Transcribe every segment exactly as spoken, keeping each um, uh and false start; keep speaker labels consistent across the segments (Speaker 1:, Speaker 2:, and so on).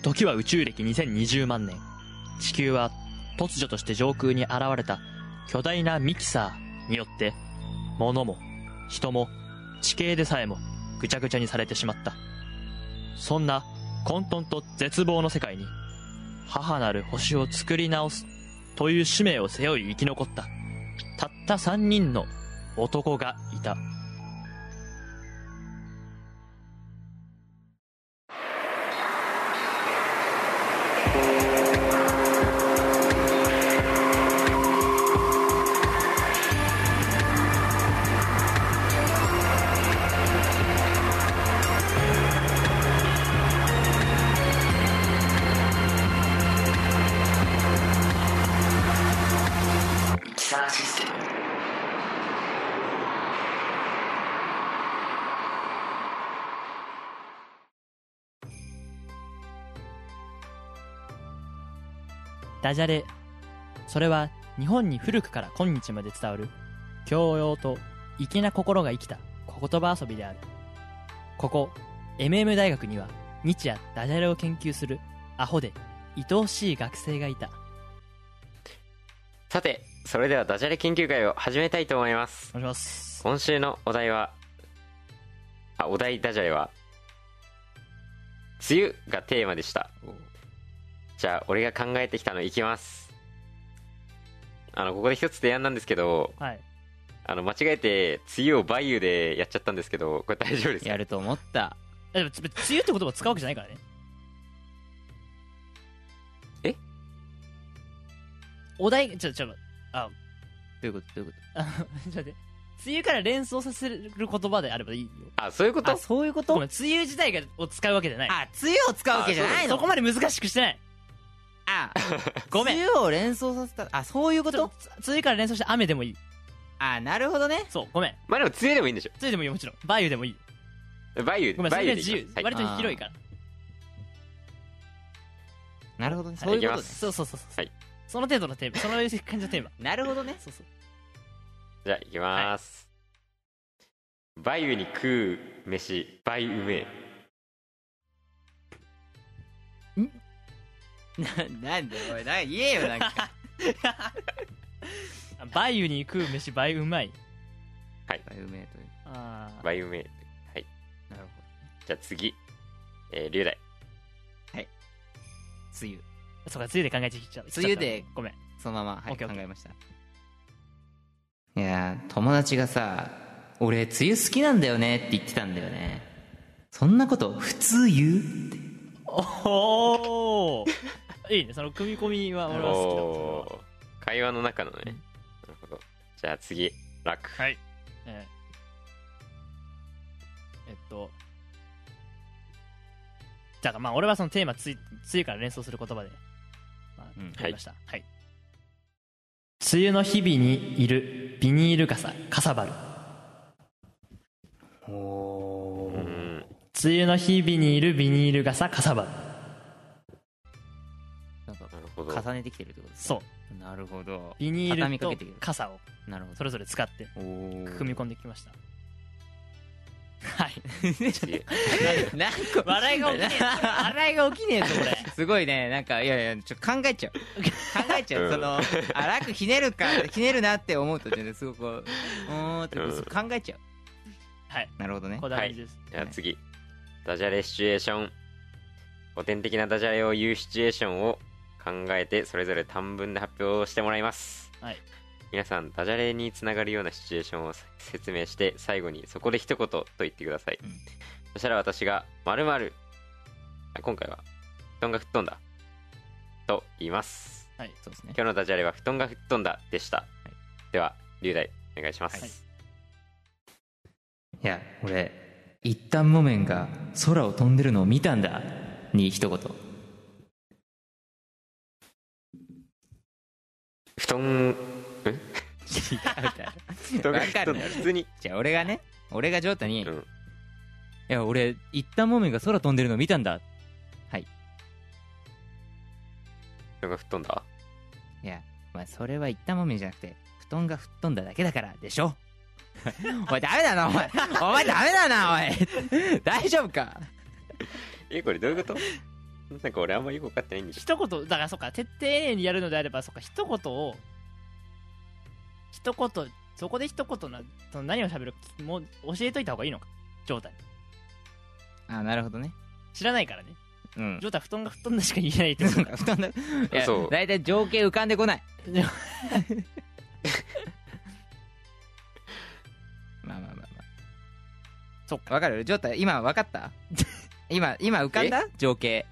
Speaker 1: 時は宇宙歴にせんにじゅうまんねん。地球は突如として上空に現れた巨大なミキサーによって物も人も地形でさえもぐちゃぐちゃにされてしまった。そんな混沌と絶望の世界に母なる星を作り直すという使命を背負い生き残ったたったさんにんの男がいた。ダジャレ、それは日本に古くから今日まで伝わる教養と粋な心が生きた小言葉遊びである。ここ エムエム 大学には日夜ダジャレを研究するアホで愛おしい学生がいた。
Speaker 2: さて、それではダジャレ研究会を始めたいと思います。
Speaker 1: お願いします。
Speaker 2: 今週のお題はあお題ダジャレは梅雨がテーマでした。じゃあ俺が考えてきたのいきます。あのここで一つ提案なんですけど、
Speaker 1: はい、
Speaker 2: あの間違えて梅雨を梅雨でやっちゃったんですけど、これ大丈夫ですか？
Speaker 3: やると思った。
Speaker 1: でもつ梅雨って言葉使うわけじゃないからね。
Speaker 2: え
Speaker 1: お題ちょちょあ
Speaker 3: どういうことどういうこ
Speaker 1: あのちょっと待って、梅雨から連想させる言葉であればいいよ。
Speaker 2: あ、そういうこと？
Speaker 3: とあ、そういうこと
Speaker 1: ごめん、梅雨自体がを使うわけじゃない。
Speaker 3: あ、梅雨を使うわけじゃないの？
Speaker 1: そこまで難しくしてない。
Speaker 3: あ、
Speaker 1: ごめん、
Speaker 3: 梅雨を連想させた。あ、そういうこ
Speaker 1: ちょ
Speaker 3: と？
Speaker 1: 梅雨から連想して雨でもいい。
Speaker 3: あ、なるほどね。
Speaker 1: そう、ごめん、
Speaker 2: まあでも梅雨でもいいんでしょ？
Speaker 1: 梅雨でもいいよ、もちろん梅雨でもいいよ。
Speaker 2: 梅雨
Speaker 1: ごめん、それが
Speaker 2: 梅雨で
Speaker 1: 自由、
Speaker 2: いきます。はい、
Speaker 1: 割と広いから。
Speaker 3: なるほどね。
Speaker 1: はい
Speaker 3: そういうことね。
Speaker 1: そうそうそうそう、
Speaker 2: はい、
Speaker 1: その程度のテーマ、その感じのテーマ。
Speaker 3: なるほどね。
Speaker 1: そうそう。
Speaker 2: じゃあいきます。梅雨に食う飯梅うめえ。
Speaker 3: な、なんでおい、な、言えよ、なんか。
Speaker 1: 梅雨に食う飯梅うまい。
Speaker 2: はい、
Speaker 3: うめえという。
Speaker 1: ああ、
Speaker 2: 梅うめえ。はい、
Speaker 3: なるほ
Speaker 2: じゃあ次、えー、龍大。
Speaker 3: ど。梅雨。
Speaker 1: そうか、梅雨で考えちゃった。
Speaker 3: 梅雨で
Speaker 1: ごめん。
Speaker 3: そのまま、はい、
Speaker 1: オッケーオッケー
Speaker 3: 考えました。いやー、友達がさ、俺、梅雨好きなんだよねって言ってたんだよね。そんなこと普通言うって。
Speaker 1: おおいいね、その組み込みは俺は好きだ。
Speaker 2: おー、会話の中のね、なるほど。じゃあ次、楽。
Speaker 1: はい、えー、えっとじゃあまあ俺はそのテーマつい梅雨から連想する言葉で、まあ
Speaker 3: うん
Speaker 1: やりました。はい、梅雨の日々にいるビニール傘かさばる。
Speaker 3: おー。
Speaker 2: うん、
Speaker 1: 梅雨の日々にいるビニール傘かさばる。
Speaker 3: なんか
Speaker 2: なるほど。
Speaker 3: 重ねてきてるってことです
Speaker 1: そ
Speaker 3: か？
Speaker 1: う、
Speaker 3: なるほど。
Speaker 1: ビニールと
Speaker 3: 畳みかけてくる。
Speaker 1: 傘を
Speaker 3: なるほど。
Speaker 1: それぞれ使って
Speaker 3: おー。
Speaker 1: 組み込んできました。はい
Speaker 2: 次
Speaker 3: なんか
Speaker 1: 笑いが起きねえ笑いが起きねえぞこれ。
Speaker 3: すごいね、なんかいやいや、ちょっと考えちゃう考えちゃう、
Speaker 2: うん
Speaker 3: そのあ、楽ひねるかひねるなって思うとね、すごくこううーんって
Speaker 2: うん
Speaker 3: 考えちゃう。
Speaker 1: はい、
Speaker 3: なるほどね。
Speaker 1: こだわりです。
Speaker 2: じゃあ次、ダジャレシチュエーション。古典的なダジャレを言うシチュエーションを考えて、それぞれ短文で発表してもらいます。
Speaker 1: はい、
Speaker 2: 皆さんダジャレにつながるようなシチュエーションを説明して、最後にそこで一言と言ってください。
Speaker 3: うん、
Speaker 2: そしたら私が〇〇、今回は布団が吹っ飛んだと言います。
Speaker 1: はい、
Speaker 3: そうですね。
Speaker 2: 今日のダジャレは布団が吹っ飛んだでした。
Speaker 3: い
Speaker 2: では龍大お願いします。
Speaker 1: はい、
Speaker 3: いや、俺一旦木綿が空を飛んでるのを見たんだに一言。
Speaker 2: 布団布団が
Speaker 3: わ
Speaker 2: 吹っ飛んだ。
Speaker 3: かるね。
Speaker 2: 普通に、
Speaker 3: じゃあ俺がね、俺がジョータに、い
Speaker 2: うん、
Speaker 3: や俺一旦木綿が空飛んでるのを見たんだ。はい
Speaker 2: 布団が吹っ飛んだ。
Speaker 3: いや、まあそれは一旦木綿じゃなくて布団が吹っ飛んだだけだからでしょおいダメだなお前お前ダメだなおい大丈夫か。
Speaker 2: え、これどういうこと？ なんか俺あんまよく分かってないんだけ
Speaker 1: 一言だからそっか、徹底丁寧にやるのであればそっか、一言を一言そこで一言なその何を喋るかもう教えといた方がいいのか、ジョータに。
Speaker 3: あ、なるほどね。
Speaker 1: 知らないからね。
Speaker 3: うん。
Speaker 1: ジョータ布団が布団だしか言えないってことか。
Speaker 3: 布団だ。いや、
Speaker 2: そう
Speaker 3: だいたい情景浮かんでこない。まあまあまあまあ。
Speaker 1: そっか。
Speaker 3: わかる？ジョータ、今わかった今、今浮かんだ情景。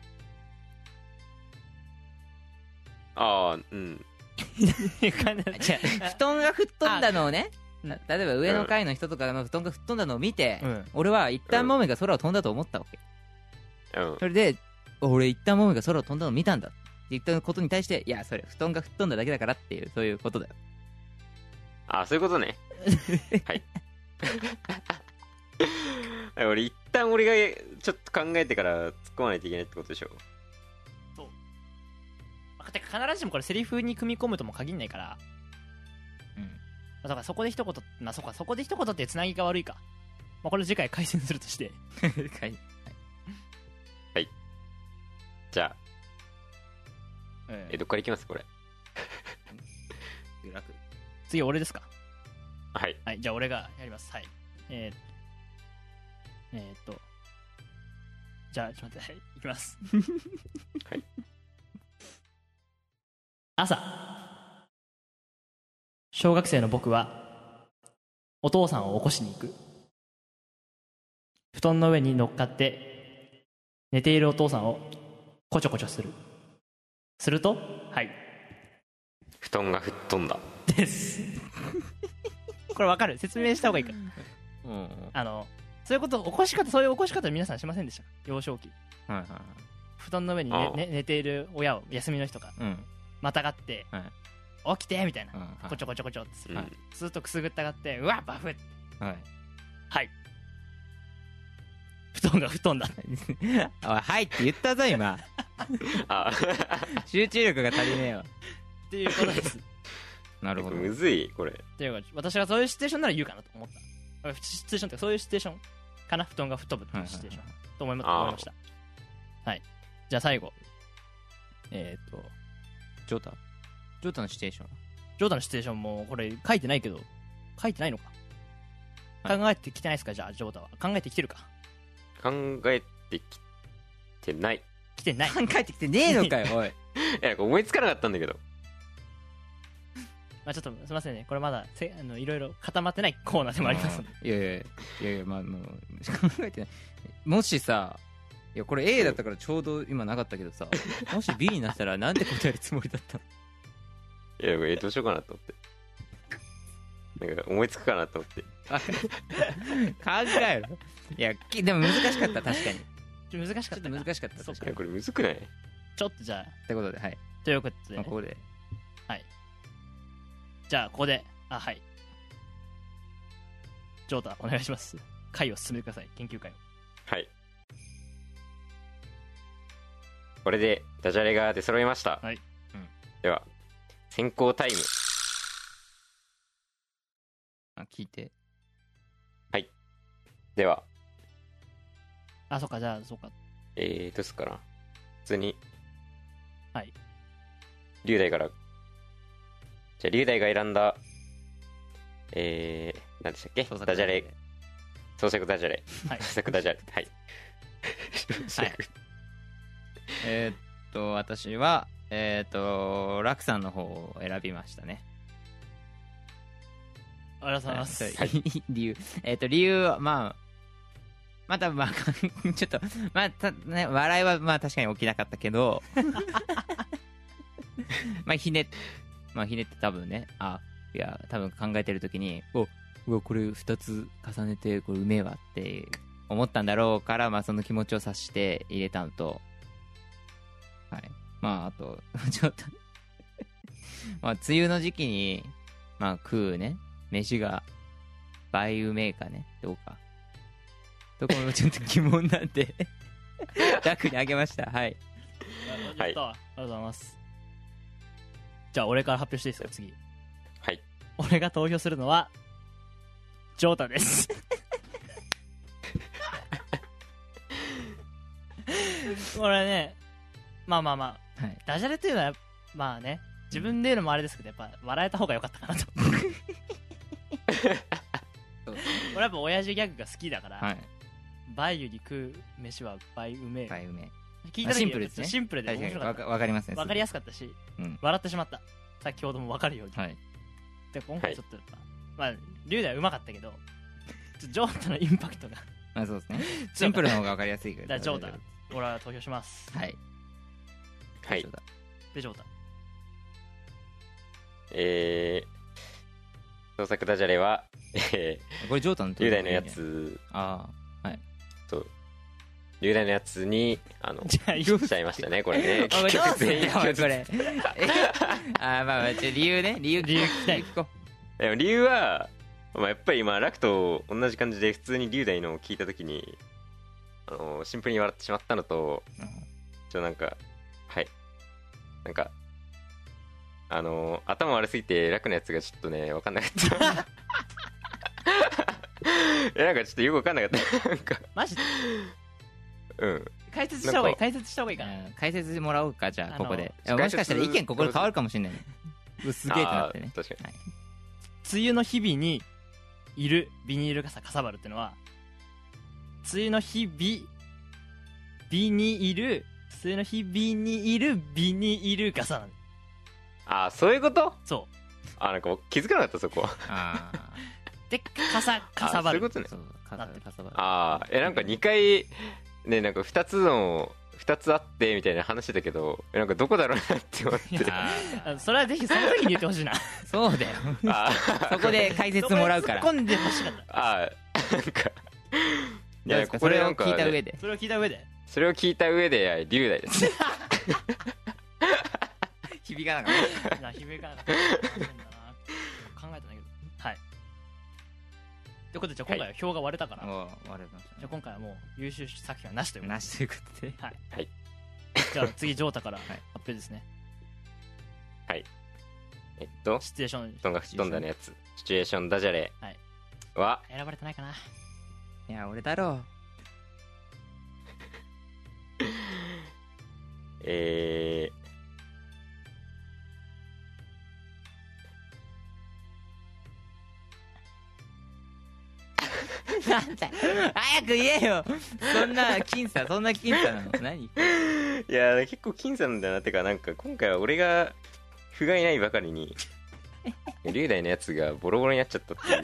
Speaker 2: ああ、うん。
Speaker 1: 浮かんだ。
Speaker 3: 違う、布団が吹っ飛んだのをね、
Speaker 1: うん
Speaker 3: 例えば上の階の人とかの布団が吹っ飛んだのを見て、
Speaker 1: うん
Speaker 3: 俺は一旦モメが空を飛んだと思ったわけ。
Speaker 2: うん。
Speaker 3: それで、俺一旦モメが空を飛んだのを見たんだって言ったことに対して、いや、それ布団が吹っ飛んだだけだからっていう、そういうことだよ。
Speaker 2: ああ、そういうことね。はい。俺一旦俺がちょっと考えてから突っ込まないといけないってことでしょ。
Speaker 1: そう。まあてか必ずしもこれセリフに組み込むとも限んないから。
Speaker 3: うん。
Speaker 1: だからそこで一言、まあそっか、そこで一言ってつなぎが悪いか。まあこれ次回改善するとして。
Speaker 3: はい
Speaker 2: じゃあ、
Speaker 1: え
Speaker 2: え、どっからいきますこれ。
Speaker 3: 楽。
Speaker 1: 次俺ですか。
Speaker 2: はい。
Speaker 1: はい、じゃあ俺がやります。はい。えー、えー、っと。じゃあ、ちょっと待って、はい、いきます。
Speaker 2: はい。
Speaker 1: 朝、小学生の僕は、お父さんを起こしに行く。布団の上に乗っかって、寝ているお父さんをこちょこちょする。すると、はい。
Speaker 2: 布団が吹っ飛んだ。
Speaker 1: です。これわかる？説明した方がいいか。
Speaker 3: うん。
Speaker 1: あの、そういうこと、起こし方、そういう起こし方皆さんしませんでしたか？幼少期。
Speaker 3: はいはいはい。
Speaker 1: 布団の上に、ねね、寝ている親を、休みの日とか、
Speaker 3: うん。
Speaker 1: またがって、
Speaker 3: はい、
Speaker 1: 起きてみたいな、
Speaker 3: うん、はい、
Speaker 1: こちょこちょこちょってする。
Speaker 2: うん、
Speaker 1: ずっとくすぐったがって、うわ、バフッ。
Speaker 3: はい。
Speaker 1: はい。布団が布団だ。
Speaker 3: おい、はいって言ったぞ、今。
Speaker 2: あ
Speaker 3: 集中力が足りねえわ。
Speaker 1: っていうことです。
Speaker 3: なるほど。
Speaker 2: むずい、これ。
Speaker 1: っていうか、私がそういうシチュエーションなら言うかなと思った。シチュエーションってそういうシチュエーションかな、布団が吹っ飛ぶっていうシチュエーション、はいはいはい、と思いま、思いました。はい。じゃあ最後。えー、っと、
Speaker 3: ジョータジョータのシチュエーション
Speaker 1: ジョータのシチュエーションも、これ書いてないけど、書いてないのか、はい、考えてきてないですか、じゃあ、ジョータは。考えてきてるか。
Speaker 2: 考えてきてない。
Speaker 1: 来てない。
Speaker 3: 考えてきてねえのかよ、おい。
Speaker 2: いや、なんか思いつかなかったんだけど。
Speaker 1: まあちょっとすみませんね、これまだせあのいろいろ固まってないコーナーでもありますので。
Speaker 3: いやいやいやいや、まあ、もう考えてない。もしさ、いやこれ A だったからちょうど今なかったけどさ、もし B になったらなんて答えるつもりだったの？
Speaker 2: いや、えどうしようかなと思って。なんか思いつくかなと思って。
Speaker 3: 考えろ。いや、でも難しかった、確かに。
Speaker 1: ちょ難しかった。
Speaker 3: ちょっと難しかった。確かに。
Speaker 2: これむずくない？
Speaker 1: ちょっとじゃあ。
Speaker 3: ってことで、はい。
Speaker 1: ということで、ね、
Speaker 3: まあ、ここで。
Speaker 1: はい。じゃあ、ここで、あ、はい。ジョータ、お願いします。会を進めてください、研究会を。
Speaker 2: はい。これで、ダジャレが出揃いました。
Speaker 1: はい。うん、
Speaker 2: では、先行タイム。
Speaker 3: あ、聞いて。
Speaker 2: はい。では。
Speaker 1: あ、そっか、じゃあ、そっか。
Speaker 2: えー、どうすっかな。普通に。
Speaker 1: はい。
Speaker 2: 龍大から。じゃあ、龍大が選んだ、えー、何でしたっけ？ダジャレ。創作ダジャレ。
Speaker 1: はい。
Speaker 2: 創作ダジャレ。はい。
Speaker 1: はい。
Speaker 3: えー、っと、私は、えー、っと、ラクさんの方を選びましたね。
Speaker 1: ありがとうございます。
Speaker 3: はい、理由。えー、っと、理由は、まあ、また、まあ、ちょっと、まあ、た、ね、笑いは、まあ、確かに起きなかったけど、まあ、ひね、まあ、ひねって多分ね、あ、いや、多分考えてる時に、お、うわ、これ二つ重ねて、これうめえわって思ったんだろうから、まあ、その気持ちを察して入れたのと、はい。まあ、あと、ちょっとまあ、梅雨の時期に、まあ、食うね、飯が、倍うめえかね、どうか。ところもちょっと疑問なんで、ダクにあげました。はい。
Speaker 1: はい。ありがとうございます。じゃあ、俺から発表していいですか、次。
Speaker 2: はい。
Speaker 1: 俺が投票するのは、ジョータです。これね、
Speaker 4: まあまあまあ、
Speaker 3: はい、
Speaker 4: ダジャレというのはまあね、自分で言うのもあれですけど、やっぱ笑えた方が良かったかなと
Speaker 3: そう
Speaker 4: 俺やっぱ親父ギャグが好きだから、
Speaker 3: はい、
Speaker 4: 倍より食う飯は倍うめえ、
Speaker 3: 倍うめえ、
Speaker 4: 聞いた時
Speaker 3: シンプルですね、
Speaker 4: シンプルで面白かった、
Speaker 3: わかりますね、
Speaker 4: わかりやすかったし、
Speaker 3: うん、
Speaker 4: 笑ってしまった、先ほども分かるように、
Speaker 3: はい、
Speaker 4: で今回ちょっとやっぱ、まあ龍大はうまかったけど、ちょジョータのインパクトが
Speaker 3: まあそうですね、シンプルの方がわかりやすいから
Speaker 4: だからジョータ、俺は投票します。
Speaker 3: はい
Speaker 2: はい
Speaker 4: でジョータ、
Speaker 2: えー、創作ダジャレは、え
Speaker 3: ー、これジョータの
Speaker 2: 龍大のやつ、
Speaker 3: ああ、はい、
Speaker 2: そう龍大のやつにあの
Speaker 4: じゃあ
Speaker 2: しちゃいましたね、これね。
Speaker 3: 結局全員
Speaker 4: これ
Speaker 3: ああ、まあまあ、理由ね、理由
Speaker 4: 理由聞きたい。
Speaker 3: 聞こ
Speaker 2: でも理由は、まあ、やっぱり今ラクと同じ感じで普通に龍大のを聞いた時にあのシンプルに笑ってしまったのと、
Speaker 3: う、うん、
Speaker 2: ちょなんかはいなんかあの頭悪すぎて楽のやつがちょっとね分かんなかったえなんかちょっとよく分かんなかったなんか
Speaker 4: マジで
Speaker 2: うん
Speaker 4: 解説した方がいい、
Speaker 2: なんか
Speaker 4: 解説した方がいいかな。
Speaker 3: うん解説してもらおうか、じゃあ
Speaker 4: あの
Speaker 3: ここで、いやもしかしたら意見ここで変わるかもしれないね。うわすげえってなってね
Speaker 2: あー。確かに、
Speaker 3: はい、
Speaker 4: 梅雨の日々にいるビニール傘かさばるってのは、梅雨の日々ビニール梅雨の日々にいるビニール傘なの。
Speaker 2: ああそういうこと。
Speaker 4: そう
Speaker 2: あなんか気づかなかったそこ
Speaker 3: あ
Speaker 4: で傘かさばる。
Speaker 2: あそういうことね
Speaker 3: あ、そう、か
Speaker 4: なってる
Speaker 3: かさばる。
Speaker 2: ああえなんかにかいねなんかふたつのふたつあってみたいな話してたけどえなんかどこだろうなって思って
Speaker 4: いやあそれはぜひその時に言ってほしいな。
Speaker 3: そうだよ。
Speaker 2: あ
Speaker 3: そこで解説もらうから。
Speaker 4: そこで突っ込んでほしかった。
Speaker 2: あなんかい
Speaker 3: どうですか、
Speaker 2: やここで
Speaker 3: それを
Speaker 2: なんかね
Speaker 3: 聞いた上で。
Speaker 4: それを聞いた上で
Speaker 2: それを聞いた上で龍大ですね
Speaker 3: 響かなかっ
Speaker 4: な響かなかった。変だな考えたんだけど。はい。ということでじゃあ今回は票が割れたから、
Speaker 3: た。もう、割れまし
Speaker 4: じゃあ今回はもう優秀作品はなしという
Speaker 3: た。
Speaker 4: ことで。
Speaker 3: なしということで。
Speaker 4: はい。
Speaker 2: はい
Speaker 4: じゃあ次ジョータから
Speaker 3: い
Speaker 4: 発表ですね。
Speaker 2: えっと
Speaker 4: シチュエーション
Speaker 2: 布団が吹っ飛んだのやつシチュエーションダジャレ
Speaker 4: はい
Speaker 2: は、
Speaker 4: 選ばれてないかな。
Speaker 3: いや、俺だろう。
Speaker 2: え
Speaker 3: なんだよ早く言えよ。そんな僅差、そんな僅差なの何
Speaker 2: ー、いやー結構僅差なんだなってかなんか今回は俺が不甲斐ないばかりに龍大のやつがボロボロになっちゃったっていう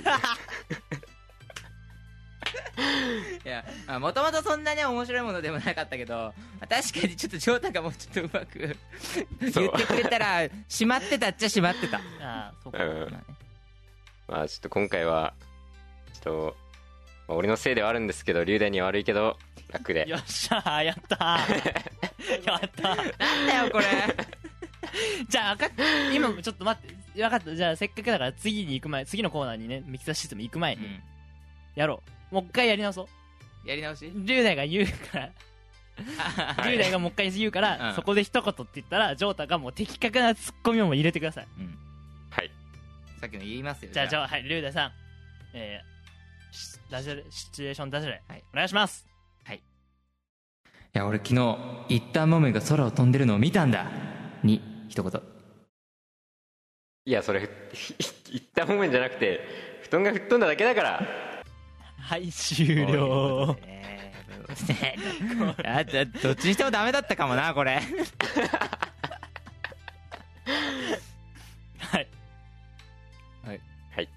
Speaker 3: いや、もともとそんなね面白いものでもなかったけど、確かにちょっとジョータがもうちょっとうまく言
Speaker 2: そう
Speaker 3: ってくれたら閉まってたっちゃ閉まってた。
Speaker 4: ああそうか。
Speaker 2: うん
Speaker 3: まあね
Speaker 2: まあちょっと今回はちょっと、まあ俺のせいではあるんですけど龍大には悪いけど楽で
Speaker 4: よっしゃーやったーやったー
Speaker 3: なんだよこれ。
Speaker 4: じゃあ分かっ今ちょっと待って分かった。じゃあせっかくだから次に行く前次のコーナーにねミキサーシステム行く前に
Speaker 3: うん
Speaker 4: やろう。もう一回やり直そう。
Speaker 3: やり直し
Speaker 4: 龍大が言うから
Speaker 2: はい
Speaker 4: 龍大がもう一回言うから、
Speaker 3: うん
Speaker 4: そこで一言って言ったらジョータがもう的確なツッコミをも入れてください。
Speaker 3: うん
Speaker 2: はい
Speaker 3: さっきの言いますよ。
Speaker 4: じゃあじゃあはい龍大さん、えー、シダジャレシチュエーションダジャレ、
Speaker 3: はい
Speaker 4: お願いします。
Speaker 3: いや俺昨日一旦モメが空を飛んでるのを見たんだに一言。
Speaker 2: いやそれ言ったもめんじゃなくて布団が吹っ飛んだだけだから
Speaker 4: はい終了。
Speaker 3: あどどっちにしてもダメだったかもなこれ。
Speaker 4: はい
Speaker 3: はい
Speaker 2: はい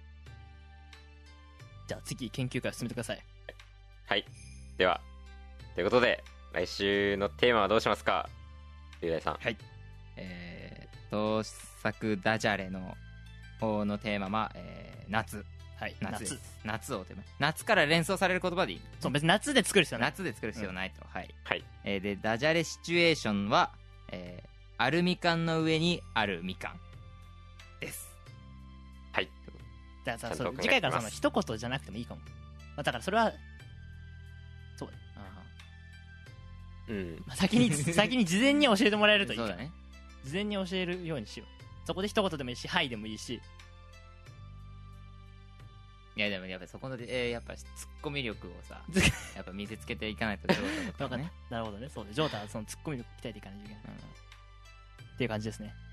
Speaker 4: じゃあ次研究会を進めてください。
Speaker 2: はいではということで来週のテーマはどうしますか龍大さん。
Speaker 3: えー、創作ダジャレの方のテーマは、えー、夏
Speaker 4: はい
Speaker 3: 夏です
Speaker 4: 夏
Speaker 3: 夏をテーマ、夏から連想される言葉でいい。
Speaker 4: そう別に夏で作る必要ない。
Speaker 3: 夏で作る必要ないと、はい、
Speaker 2: はい
Speaker 3: えーでダジャレシチュエーションは、えー、アルミ缶の上にあるみかんです。
Speaker 2: はい
Speaker 4: だからさ
Speaker 2: ちゃんと考えて
Speaker 4: そう次回からその
Speaker 2: ます
Speaker 4: 一言じゃなくてもいいかも。まあ、だからそれはそうだ、
Speaker 2: うん
Speaker 4: まあ、先に先に事前に教えてもらえるといいから
Speaker 3: そうだね。
Speaker 4: 事前に教えるようにしよう。そこで一言でもいいしはいでもいいし
Speaker 3: いやでもやっぱそこで、えーやっぱツッコミ力をさやっぱ見せつけていかないとジョータとかね、
Speaker 4: なるほどね。そうね。ジョータはそのツッコミ力鍛えていかないといけない。
Speaker 3: うん、
Speaker 4: っていう感じですね。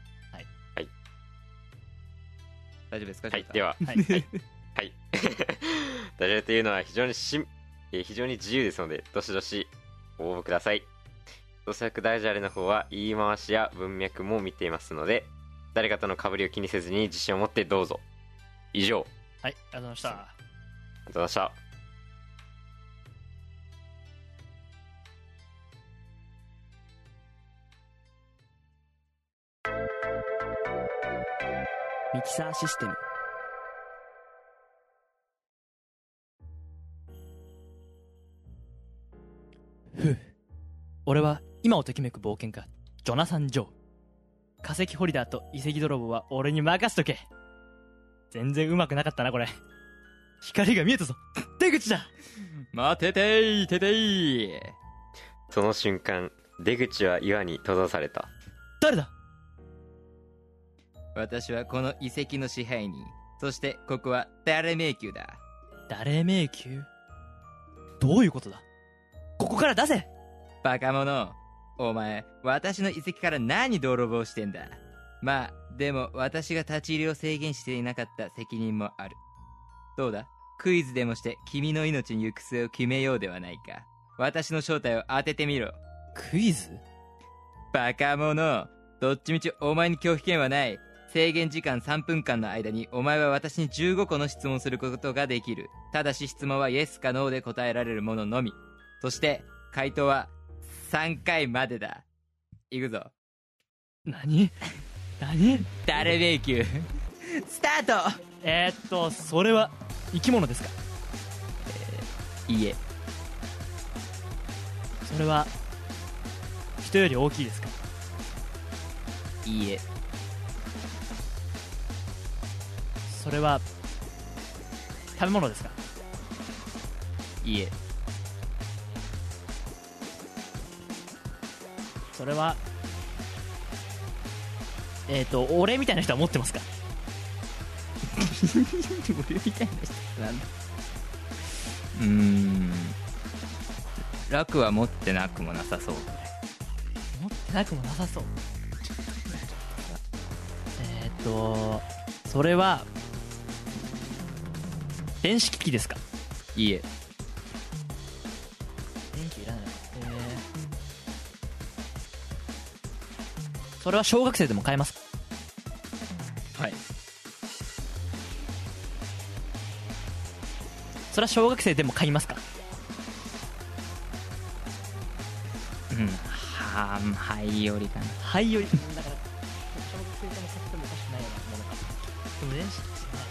Speaker 3: 大丈夫ですか？
Speaker 2: はい、では、
Speaker 4: はい。
Speaker 2: はい。ダジャレというのは非常にしん、えー非常に自由ですので、どしどし応募ください。創作ダジャレの方は言い回しや文脈も見ていますので、誰かとの被りを気にせずに自信を持ってどうぞ。以上。
Speaker 4: はい。ありがとうございました。
Speaker 2: ありがとうございました。
Speaker 1: ミキサーシステム。
Speaker 4: ふう。俺は今をときめく冒険家、ジョナサン・ジョー。化石ホリダーと遺跡泥棒は俺に任せとけ。全然うまくなかったな、これ。光が見えたぞ。出口だ。
Speaker 3: 待てていててい。
Speaker 2: その瞬間、出口は岩に閉ざされた。
Speaker 4: 誰だ？
Speaker 3: 私はこの遺跡の支配人、そしてここは誰迷宮だ。
Speaker 4: 誰迷宮？どういうことだ？ここから出せ！
Speaker 3: バカ者、お前私の遺跡から何泥棒してんだ。まあでも私が立ち入りを制限していなかった責任もある。どうだ、クイズでもして君の命に行く末を決めようではないか。私の正体を当ててみろ。
Speaker 4: クイズ？
Speaker 3: バカ者、どっちみちお前に拒否権はない。制限時間さんぷんかんの間にお前は私にじゅうごこの質問することができる。ただし質問はイエスかノーで答えられるもののみ。そして回答はさんかいまでだ。いくぞ。
Speaker 4: 何？何？
Speaker 3: 誰迷宮スタート。
Speaker 4: えー、っとそれは生き物ですか？
Speaker 3: いいえ。
Speaker 4: それは人より大きいですか？
Speaker 3: いいえ。
Speaker 4: それは食べ物ですか？
Speaker 3: いいえ。
Speaker 4: それはえっ、と俺みたいな人は持ってますか？
Speaker 3: 俺みたいな人なんだ。うーん、楽は持ってなくもなさそう。
Speaker 4: 持ってなくもなさそう。えっ、とそれは電子機器ですか？
Speaker 3: いいえ。
Speaker 4: 電気いらない。えー、それは小学生でも買えますか？
Speaker 3: はい。
Speaker 4: それは小学生でも買いますか？
Speaker 3: うん、はーはいよりかな。
Speaker 4: はいよりだから小学生でも買ってもおかしくないようなものか。でも電子機器じゃない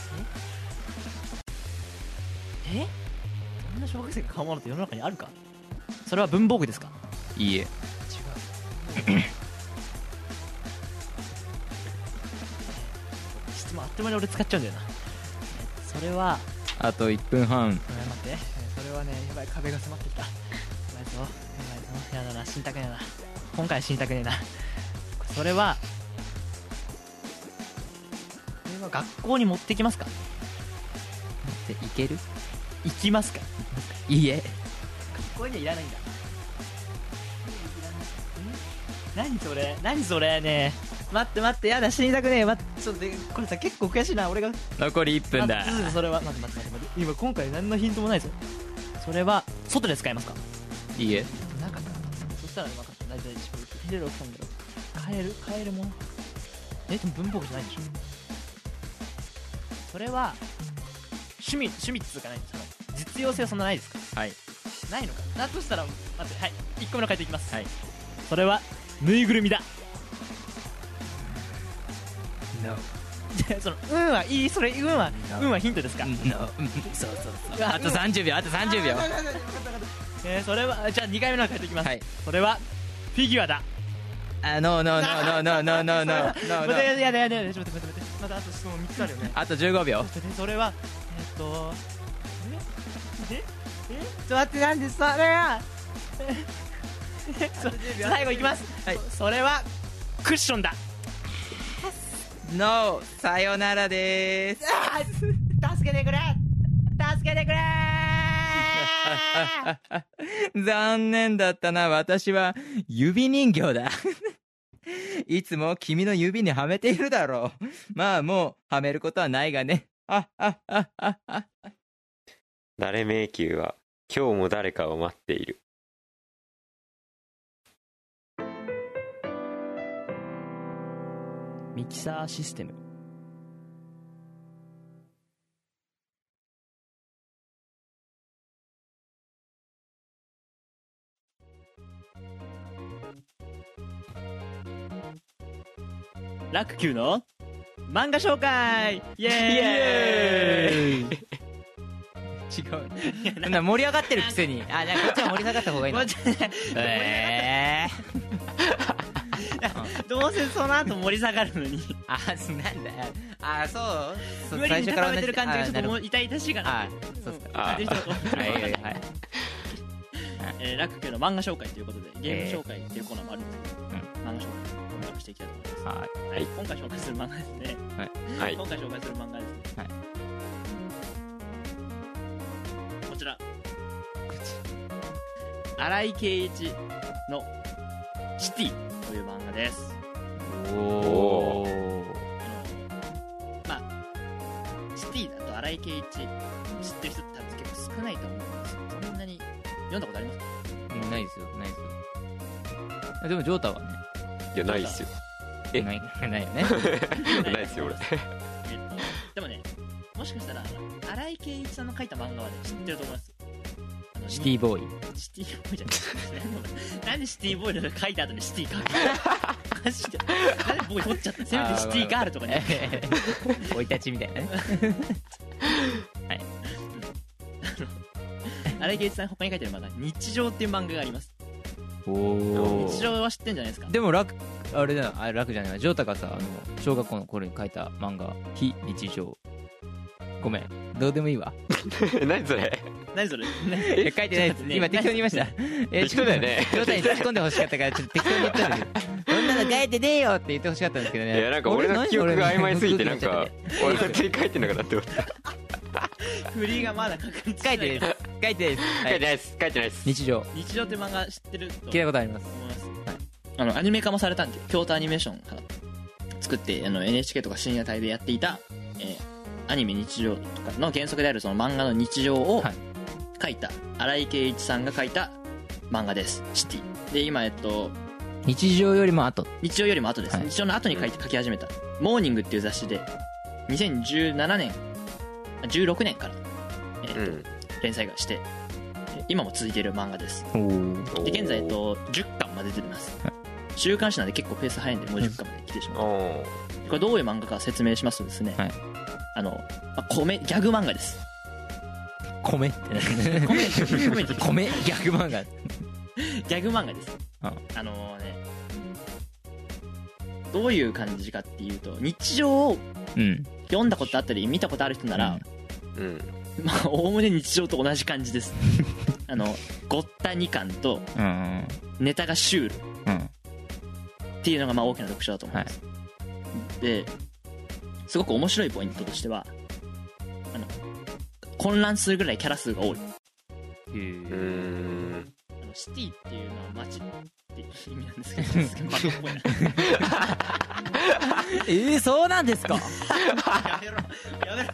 Speaker 4: え？え？そんな小学生が買うものって世の中にあるか？それは文房具ですか？
Speaker 3: いいえ。
Speaker 4: 違う。質問あっという間に俺使っちゃうんだよな。それは
Speaker 3: あといっぷんはん。
Speaker 4: ごめん待って。それはね、やばい、壁が迫ってきた。やばいぞ、やばいぞ。やだな、死にたくねえな。今回は死にたくねえな。それはそれは学校に持ってきますか？
Speaker 3: でいける？
Speaker 4: 行きますか？
Speaker 3: いいえ。
Speaker 4: 学校にはいらないんだ。何それ何それねえ待って待って、やだ、死にたくねえ。待って、ちょっとね、これさ結構悔しいな。俺が
Speaker 3: 残りいっぷんだ。
Speaker 4: 待ってそれは待って待って待って待って、今今回何のヒントもないぞ。それは外で使えますか？
Speaker 3: いいえ。
Speaker 4: 中か。そしたら分かった。大体ヒレロ来たんだろう。買える買えるもの。え、でも文房具じゃないでしょ。それは趣味趣味っつうかないんですか？実用性はそんなないですか？
Speaker 3: はい。
Speaker 4: ないのか。だとしたら待って、はい、いっこめの回答いきます。
Speaker 3: はい。
Speaker 4: それはぬいぐるみだ。
Speaker 3: No。
Speaker 4: その運はいい、それ運は
Speaker 3: No。
Speaker 4: 運はヒントですか？
Speaker 3: No。そうそうそう。
Speaker 4: うわ
Speaker 3: あとさんじゅうびょう、あとさんじゅうびょう。
Speaker 4: えー、それはじゃあにかいめの回答いきます。
Speaker 3: はい。
Speaker 4: それはフィギュアだ。
Speaker 3: あ、ノーノーノーノーノーノーノーノーノ
Speaker 4: 待って、
Speaker 3: ー。
Speaker 4: やだやだやだ、ちょっと待って待って待って、まだあと質問みっつあるよね。
Speaker 3: あとじゅうごびょう。
Speaker 4: ちょっとね、それはえーっとえええちょっと待って、なんでそれはそ最後いきます。
Speaker 3: はい。
Speaker 4: そそれはクッションだ。
Speaker 3: ノー、さよならでーす。
Speaker 4: あー助けてくれ。
Speaker 3: 残念だったな。私は指人形だ。いつも君の指にはめているだろう。まあもうはめることはないがね。あああああ。
Speaker 2: 誰迷宮は今日も誰かを待っている。
Speaker 1: ミキサーシステム。ラック Q の漫画紹介イエーイ
Speaker 3: 違う。そんな盛り上がってるくせに。あ、じゃあこっちは盛り下がった方がいいの。えー
Speaker 4: どうせその後盛り下がるのに
Speaker 3: あ、そうなんだよ。あ、そうそう
Speaker 4: 無理に高めてる感じがちょっともう
Speaker 3: い。
Speaker 4: 痛々しいかな
Speaker 3: あ、そうっすか。
Speaker 2: あ
Speaker 4: っていう人だと思う
Speaker 3: はいはいはい。
Speaker 4: えーラック Q の漫画紹介ということでゲーム紹介っていうコーナーもあるんですけど、
Speaker 3: うん
Speaker 4: 漫画紹介を本格していきたいと思います。
Speaker 3: はい。
Speaker 4: はい、今回紹介する漫画ですね。
Speaker 2: はい。
Speaker 4: 今回紹介する漫画ですね。
Speaker 3: はい
Speaker 4: こちら。新井圭一のシティという漫画です。
Speaker 3: おお。
Speaker 4: あのまあシティだと新井圭一知ってる人って多分結構少ないと思うんですよ。そんなに読んだことありますか？
Speaker 3: ないですよ、ないですよ。でもジョータはね。
Speaker 2: いや、ないっすよ。え
Speaker 3: ないないよね。
Speaker 2: ないっすよ、俺。
Speaker 4: えっとでもね、もしかしたら新井圭一さんの書いた漫画はね知ってると思います。あの
Speaker 3: シティボーイ。
Speaker 4: シティボーイじゃないなんでシティボーイの書いた後にシティ書くのマジでなんでボーイ取っちゃったせめてシティガールとかに
Speaker 3: 生い立ちみたいなね。
Speaker 4: 新井圭一さん他に書いてる漫画日常っていう漫画があります。
Speaker 3: おお。
Speaker 4: 日常は知ってんじゃないですか。
Speaker 3: でも楽、あれだよ、あれ楽じゃないわ。ジョータがさ、あの小学校の頃に書いた漫画非日常。ごめん、どうでもいいわ。
Speaker 2: 何それ。
Speaker 4: 何それ
Speaker 3: え書いてないです。今適当に言いました。え
Speaker 2: 適当だよね
Speaker 3: ジョータに突っ込んでほしかったからちょっと適当に言ったんですよ。そんなの書いてねえよって言ってほしかったんですけどね。
Speaker 2: いや、なんか俺の記憶が曖昧すぎて、なんか
Speaker 3: 俺
Speaker 2: 俺勝手に書いてんのかなって思った。
Speaker 4: 振りがまだ確立
Speaker 3: 書いてないです。書いてないです。
Speaker 2: 書いてないです。書いてないです。
Speaker 3: 日常。
Speaker 4: 日常って漫画知ってると
Speaker 3: 聞いたことあります。
Speaker 4: 思います、あのアニメ化もされたんで京都アニメーションが作ってあの エヌエイチケー とか深夜帯でやっていた、えーアニメ日常とかの原則であるその漫画の日常を
Speaker 3: はい
Speaker 4: 書いた新井圭一さんが書いた漫画ですシティで今えっと
Speaker 3: 日常よりも後。
Speaker 4: 日常よりも後です、
Speaker 3: はい
Speaker 4: 日常の後に書いて書き始めたモーニングっていう雑誌でにせんじゅうななねんじゅうろくねんから、えーと
Speaker 2: うん。
Speaker 4: 連載がしてえ今も続いている漫画です
Speaker 3: おお。
Speaker 4: で現在、えっと、じゅっかんまで出てます
Speaker 3: はい
Speaker 4: 週刊誌なんで結構ペース早いんでもうじゅっかんまで来てしまう、
Speaker 2: おー。
Speaker 4: これどういう漫画か説明しますとですね、
Speaker 3: はい
Speaker 4: あの、まあ、米ギャグ漫画です
Speaker 3: 米って
Speaker 4: 米米って
Speaker 3: 米ギャグ漫画。
Speaker 4: ギャグ漫画です
Speaker 3: あ
Speaker 4: あのねどういう感じかっていうと日常を
Speaker 3: うん。
Speaker 4: 読んだことあったり見たことある人なら、
Speaker 2: うん。
Speaker 4: まあおおむね日常と同じ感じですあのごったにかんと
Speaker 3: うんうん
Speaker 4: ネタがシュール
Speaker 3: うん。
Speaker 4: っていうのがまあ大きな特徴だと思います、ですごく面白いポイントとしてはあの混乱するぐらいキャラ数が多い
Speaker 2: うーん。
Speaker 4: あのシティっていうのは街って意味なんですけどすげえバカっぽいな
Speaker 3: えー、そうなんですか。
Speaker 4: やめろやめろ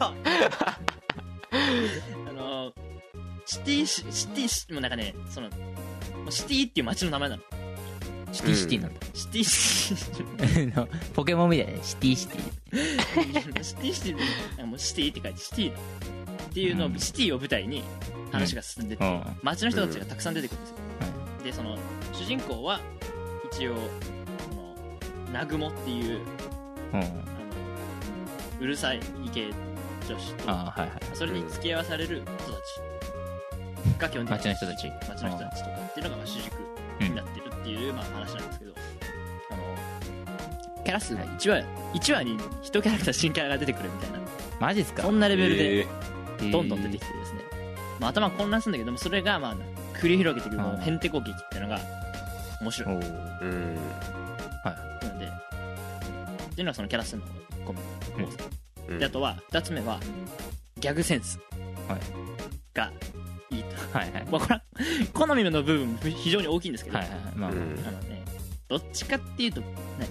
Speaker 4: あのシティシシティシもうなんかねそのシティっていう街の名前なの
Speaker 3: シティシティなんだ。
Speaker 4: シティシティ
Speaker 3: ポケモンみたいなね。シティシティ。
Speaker 4: シティシティなんかもうシティって書いてシティっていうのを、
Speaker 3: うん
Speaker 4: シティを舞台に話が進んでって、
Speaker 3: うん
Speaker 4: 街の人たちがたくさん出てくるんですよ、でその主人公は一応この南雲っていう
Speaker 3: うん。
Speaker 4: あのうるさいイケ女子と
Speaker 3: ああ、はいはい。
Speaker 4: それに付き合わされる人たちが基本的に
Speaker 3: 街の人たち
Speaker 4: 街の人たちとかっていうのがまあ主軸になってるっていうまあ話なんですけど、あのキャラ数がいちわいちわにいちキャラクター新キャラが出てくるみたいな
Speaker 3: マジっすか。
Speaker 4: そんなレベルで
Speaker 2: え
Speaker 4: どんどん出てきてですね、まあ、頭混乱するんだけどもそれがまあ繰り広げていくこ
Speaker 3: うん
Speaker 4: のへんてこ劇っていうのが面白い
Speaker 3: おお。
Speaker 2: ー。うん。
Speaker 4: のでっていうのはそのキャラ数のいっこめの多さ、
Speaker 2: うん
Speaker 4: であとはふたつめはギャグセンス、
Speaker 3: はい
Speaker 4: がいいと、
Speaker 3: はいはい
Speaker 4: まあ、これは好みの部分非常に大きいんですけど、
Speaker 3: はいはいまあ、
Speaker 2: うん
Speaker 4: あのねどっちかっていうと何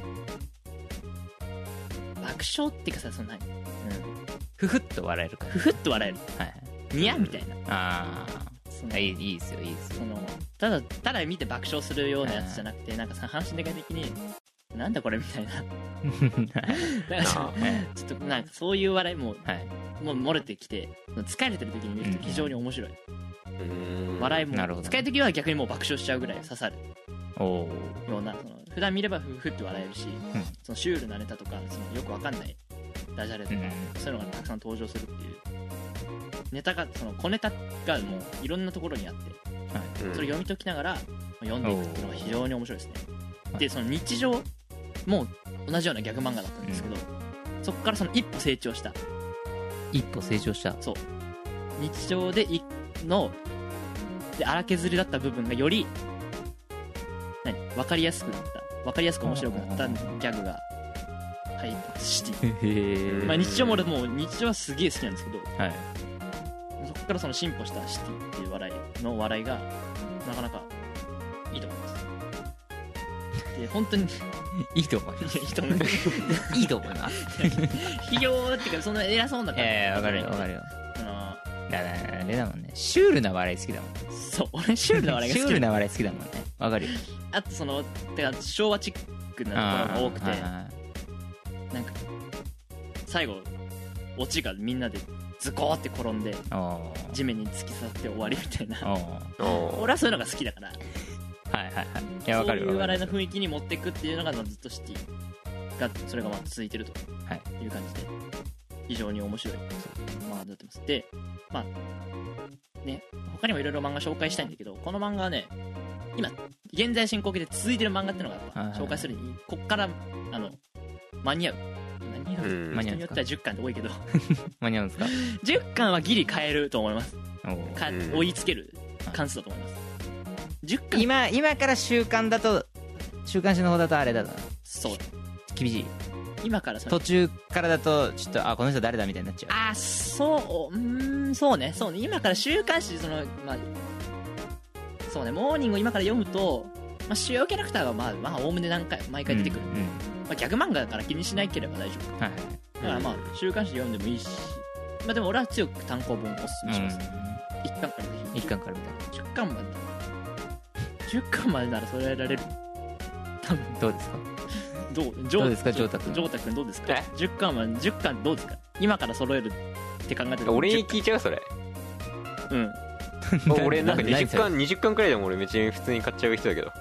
Speaker 4: 爆笑っていうかさその何、うん、
Speaker 3: ふふっと笑えるから
Speaker 4: ふふっと笑える
Speaker 3: はいはい
Speaker 4: ニヤみたいな、
Speaker 3: あ
Speaker 4: その
Speaker 3: あいいいいですよいいですよ
Speaker 4: そのただただ見て爆笑するようなやつじゃなくてなんかさ阪神的になんだこれみたいななんかさちょっとなんかそういう笑いも
Speaker 3: はい
Speaker 4: もう漏れてきて疲れてる時に見ると非常に面白い、
Speaker 2: うん
Speaker 4: 笑いも
Speaker 3: なるほど
Speaker 4: 疲れる時は逆にもう爆笑しちゃうぐらい刺さる
Speaker 3: おお
Speaker 4: ようなその普段見ればふふって笑えるし、
Speaker 3: うん
Speaker 4: そのシュールなネタとかそのよくわかんないダジャレとか、
Speaker 3: うん
Speaker 4: そういうのがたくさん登場するっていうネタがその小ネタがもういろんなところにあって
Speaker 2: うん
Speaker 4: それを読み解きながら読んでいくっていうのが非常に面白いですね
Speaker 3: おー
Speaker 4: でその日常も同じようなギャグ漫画だったんですけど、そこからその一歩成長した
Speaker 3: 一歩成長した
Speaker 4: そう日常でいので荒削りだった部分がより何分かりやすくなった分かりやすく面白くなったギャグが入ってシティ、
Speaker 3: へえ
Speaker 4: まあ、日常も俺もう日常はすげえ好きなんですけど
Speaker 3: はい
Speaker 4: そこからその進歩したシティっていう笑いの笑いがなかなかいいと思いますで本当に
Speaker 3: いいと思います
Speaker 4: いいと思います
Speaker 3: いいと思います
Speaker 4: ひよーっていうかそんな偉そうな感じ
Speaker 3: いやいやわかるよわかるよ
Speaker 4: あの
Speaker 3: だからあれだもんねシュールな笑い好きだもん
Speaker 4: そう俺シュールな笑いが好き
Speaker 3: シュールな笑い好きだもんねわかるよ
Speaker 4: あとそのてか昭和チックなところが多くて
Speaker 3: あーはいはい
Speaker 4: なんか最後オチがみんなでズコーって転んで
Speaker 3: おー
Speaker 4: 地面に突き刺さって終わりみたいな
Speaker 3: おー
Speaker 2: おー
Speaker 4: 俺はそういうのが好きだから
Speaker 3: はいはいはいいやわかる
Speaker 4: そういう笑いの
Speaker 3: い
Speaker 4: 雰囲気に持っていくっていうのがまあずっとシティがそれがまあ続いてると
Speaker 3: はい
Speaker 4: いう感じで非常に面白い漫画になってますでまあね他にもいろいろ漫画紹介したいんだけどこの漫画はね今現在進行形で続いてる漫画っていうのがやっぱ
Speaker 3: はいはい
Speaker 4: 紹介するにこっからあの間に合う間に合う、
Speaker 2: うん
Speaker 3: 間に合うんですか
Speaker 4: 人によってはじゅっかんで多いけど
Speaker 3: 間に合うんですか
Speaker 4: じゅっかんはギリ買えると思います
Speaker 3: おー
Speaker 4: か
Speaker 2: うん
Speaker 4: 追いつける関数だと思いますじゅっかん
Speaker 3: 今今から週刊だと週刊誌の方だとあれだな
Speaker 4: そう
Speaker 3: 厳しい
Speaker 4: 今からその
Speaker 3: 途中からだとちょっとあこの人誰だみたいになっちゃう
Speaker 4: あそううーんそうねそうね今から週刊誌そのまあそうねモーニングを今から読むと、まあ、主要キャラクターがまあまあおおむね何回毎回出てくる、
Speaker 3: うんうん
Speaker 4: まあ、ギャグ漫画だから気にしなければ大丈夫
Speaker 3: はい
Speaker 4: だからまあ週刊誌読んでもいいしまあでも俺は強く単行本おすすめします、一巻からぜひ
Speaker 3: 一巻からみたい
Speaker 4: じゅっかんまでじゅっかんまでならそれやられる多分
Speaker 3: などうですか
Speaker 4: どう
Speaker 3: どうですかジョータ君
Speaker 4: ジョータ君どうですか
Speaker 2: え
Speaker 4: じゅっかんはじゅっかんどうですか今から揃えるって考えてる
Speaker 2: 俺に聞いちゃうそれ
Speaker 4: うん
Speaker 2: 俺なんか
Speaker 3: 何
Speaker 2: にじゅっかんにじゅっかんくらいでも俺別に普通に買っちゃう人だけど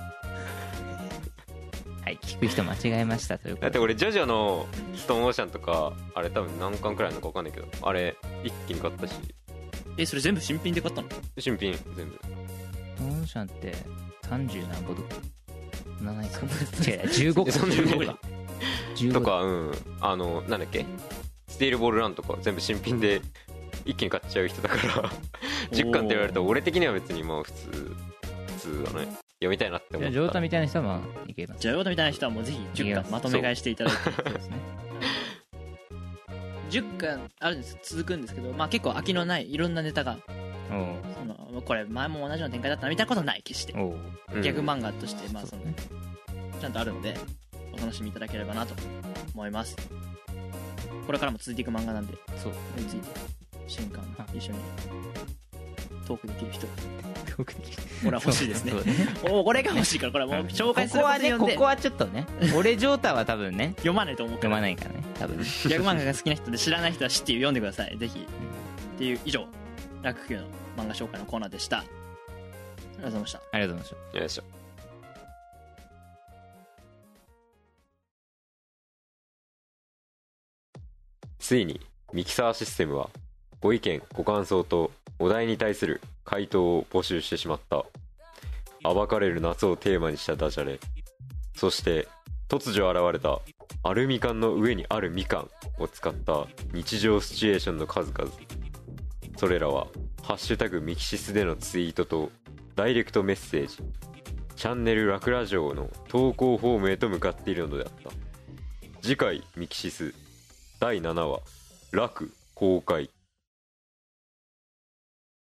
Speaker 3: はい聞く人間違えましたということで
Speaker 2: だって俺ジョジョのストーンオーシャンとかあれ多分何巻くらいなのか分かんないけどあれ一気に買ったし
Speaker 4: えそれ全部新品で買ったの
Speaker 2: 新品全部
Speaker 3: オーシャンってさんじゅう何ぼとかそんなないか違うじゅうごか
Speaker 2: そんな
Speaker 3: じゅうご
Speaker 2: に
Speaker 3: かじゅうご
Speaker 2: とかうんあのなんだっけスティールボールランとか全部新品で一気に買っちゃう人だからじゅっかんって言われると俺的には別にまあ普通普通だね読みたいなって思った
Speaker 3: じゃあジョータみたいな人はまあいけます
Speaker 4: じゃあヨタみたいな人はもうぜひじゅっかんまとめ買いしていただいて
Speaker 3: そうですね
Speaker 4: じゅっかんあるんです続くんですけどまあ結構飽きのないいろんなネタが
Speaker 3: おう
Speaker 4: そのこれ前も同じような展開だったなみたいなことはない決して
Speaker 3: おう
Speaker 2: うん
Speaker 4: ギャグ漫画としてまあその
Speaker 3: そうね
Speaker 4: ちゃんとあるのでお楽しみいただければなと思いますこれからも続いていく漫画なんで
Speaker 3: そう
Speaker 4: について新刊一緒にトークできる人俺は欲しいですね
Speaker 3: そうね
Speaker 4: おこれが欲しいからこれはもう紹介する
Speaker 3: ここは
Speaker 4: ことによって
Speaker 3: ねここはちょっとね俺ジョータは多分ね
Speaker 4: 読まないと思うから
Speaker 3: 読まないからね多分
Speaker 4: ギャグ漫画が好きな人で知らない人は知って読んでくださいぜひっていう以上ラック Q の漫画紹介のコーナーでしたありがとうございました
Speaker 3: ありがとうございました
Speaker 2: よいしょついにミキサーシステムはご意見ご感想とお題に対する回答を募集してしまった。暴かれる夏をテーマにしたダジャレ、そして突如現れたアルミ缶の上にあるみかんを使った日常シチュエーションの数々、それらはハッシュタグミキシスでのツイートとダイレクトメッセージ、チャンネルラクラジオの投稿フォームへと向かっているのであった。次回ミキシスだいななわラク公開。